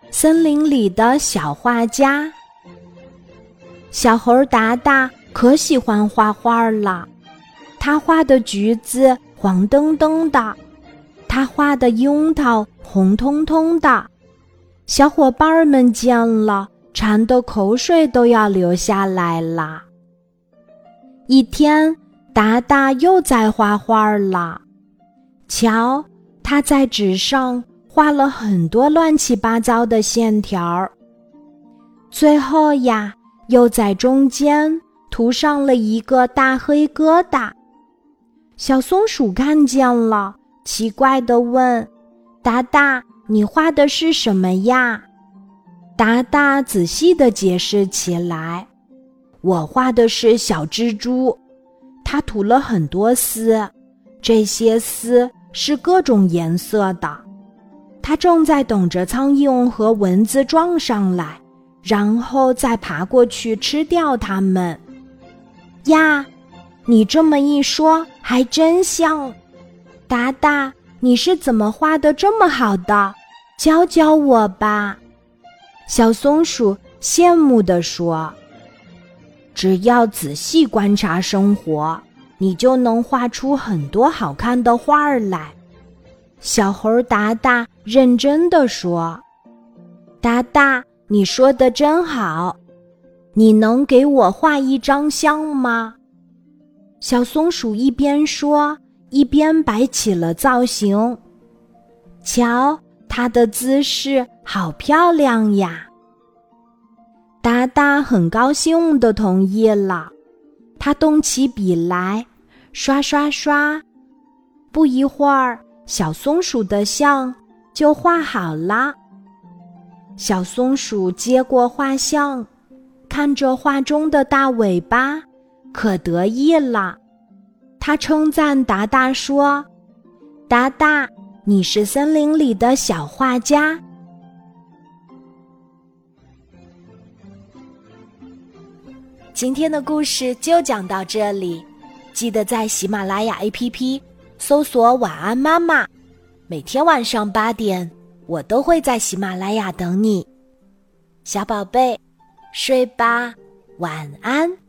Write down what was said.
森林里的小画家。小猴达达可喜欢画画了，他画的橘子黄澄澄的，他画的樱桃红彤彤的，小伙伴们见了，馋得口水都要流下来了。一天，达达又在画画了，瞧，他在纸上画了很多乱七八糟的线条，最后呀，又在中间涂上了一个大黑疙瘩。小松鼠看见了，奇怪地问：达达，你画的是什么呀？达达仔细地解释起来：我画的是小蜘蛛，它涂了很多丝，这些丝是各种颜色的，它正在等着苍蝇和蚊子撞上来，然后再爬过去吃掉它们。呀，你这么一说，还真像。达达，你是怎么画得这么好的？教教我吧。小松鼠羡慕地说：只要仔细观察生活，你就能画出很多好看的画来。小猴达达认真地说：达达，你说得真好，你能给我画一张像吗？小松鼠一边说，一边摆起了造型。瞧，它的姿势好漂亮呀！达达很高兴地同意了，他动起笔来，刷刷刷，不一会儿，小松鼠的像就画好了。小松鼠接过画像，看着画中的大尾巴，可得意了。他称赞达达说：达达，你是森林里的小画家。今天的故事就讲到这里，记得在喜马拉雅 APP 搜索晚安妈妈，每天晚上8点，我都会在喜马拉雅等你。小宝贝，睡吧，晚安。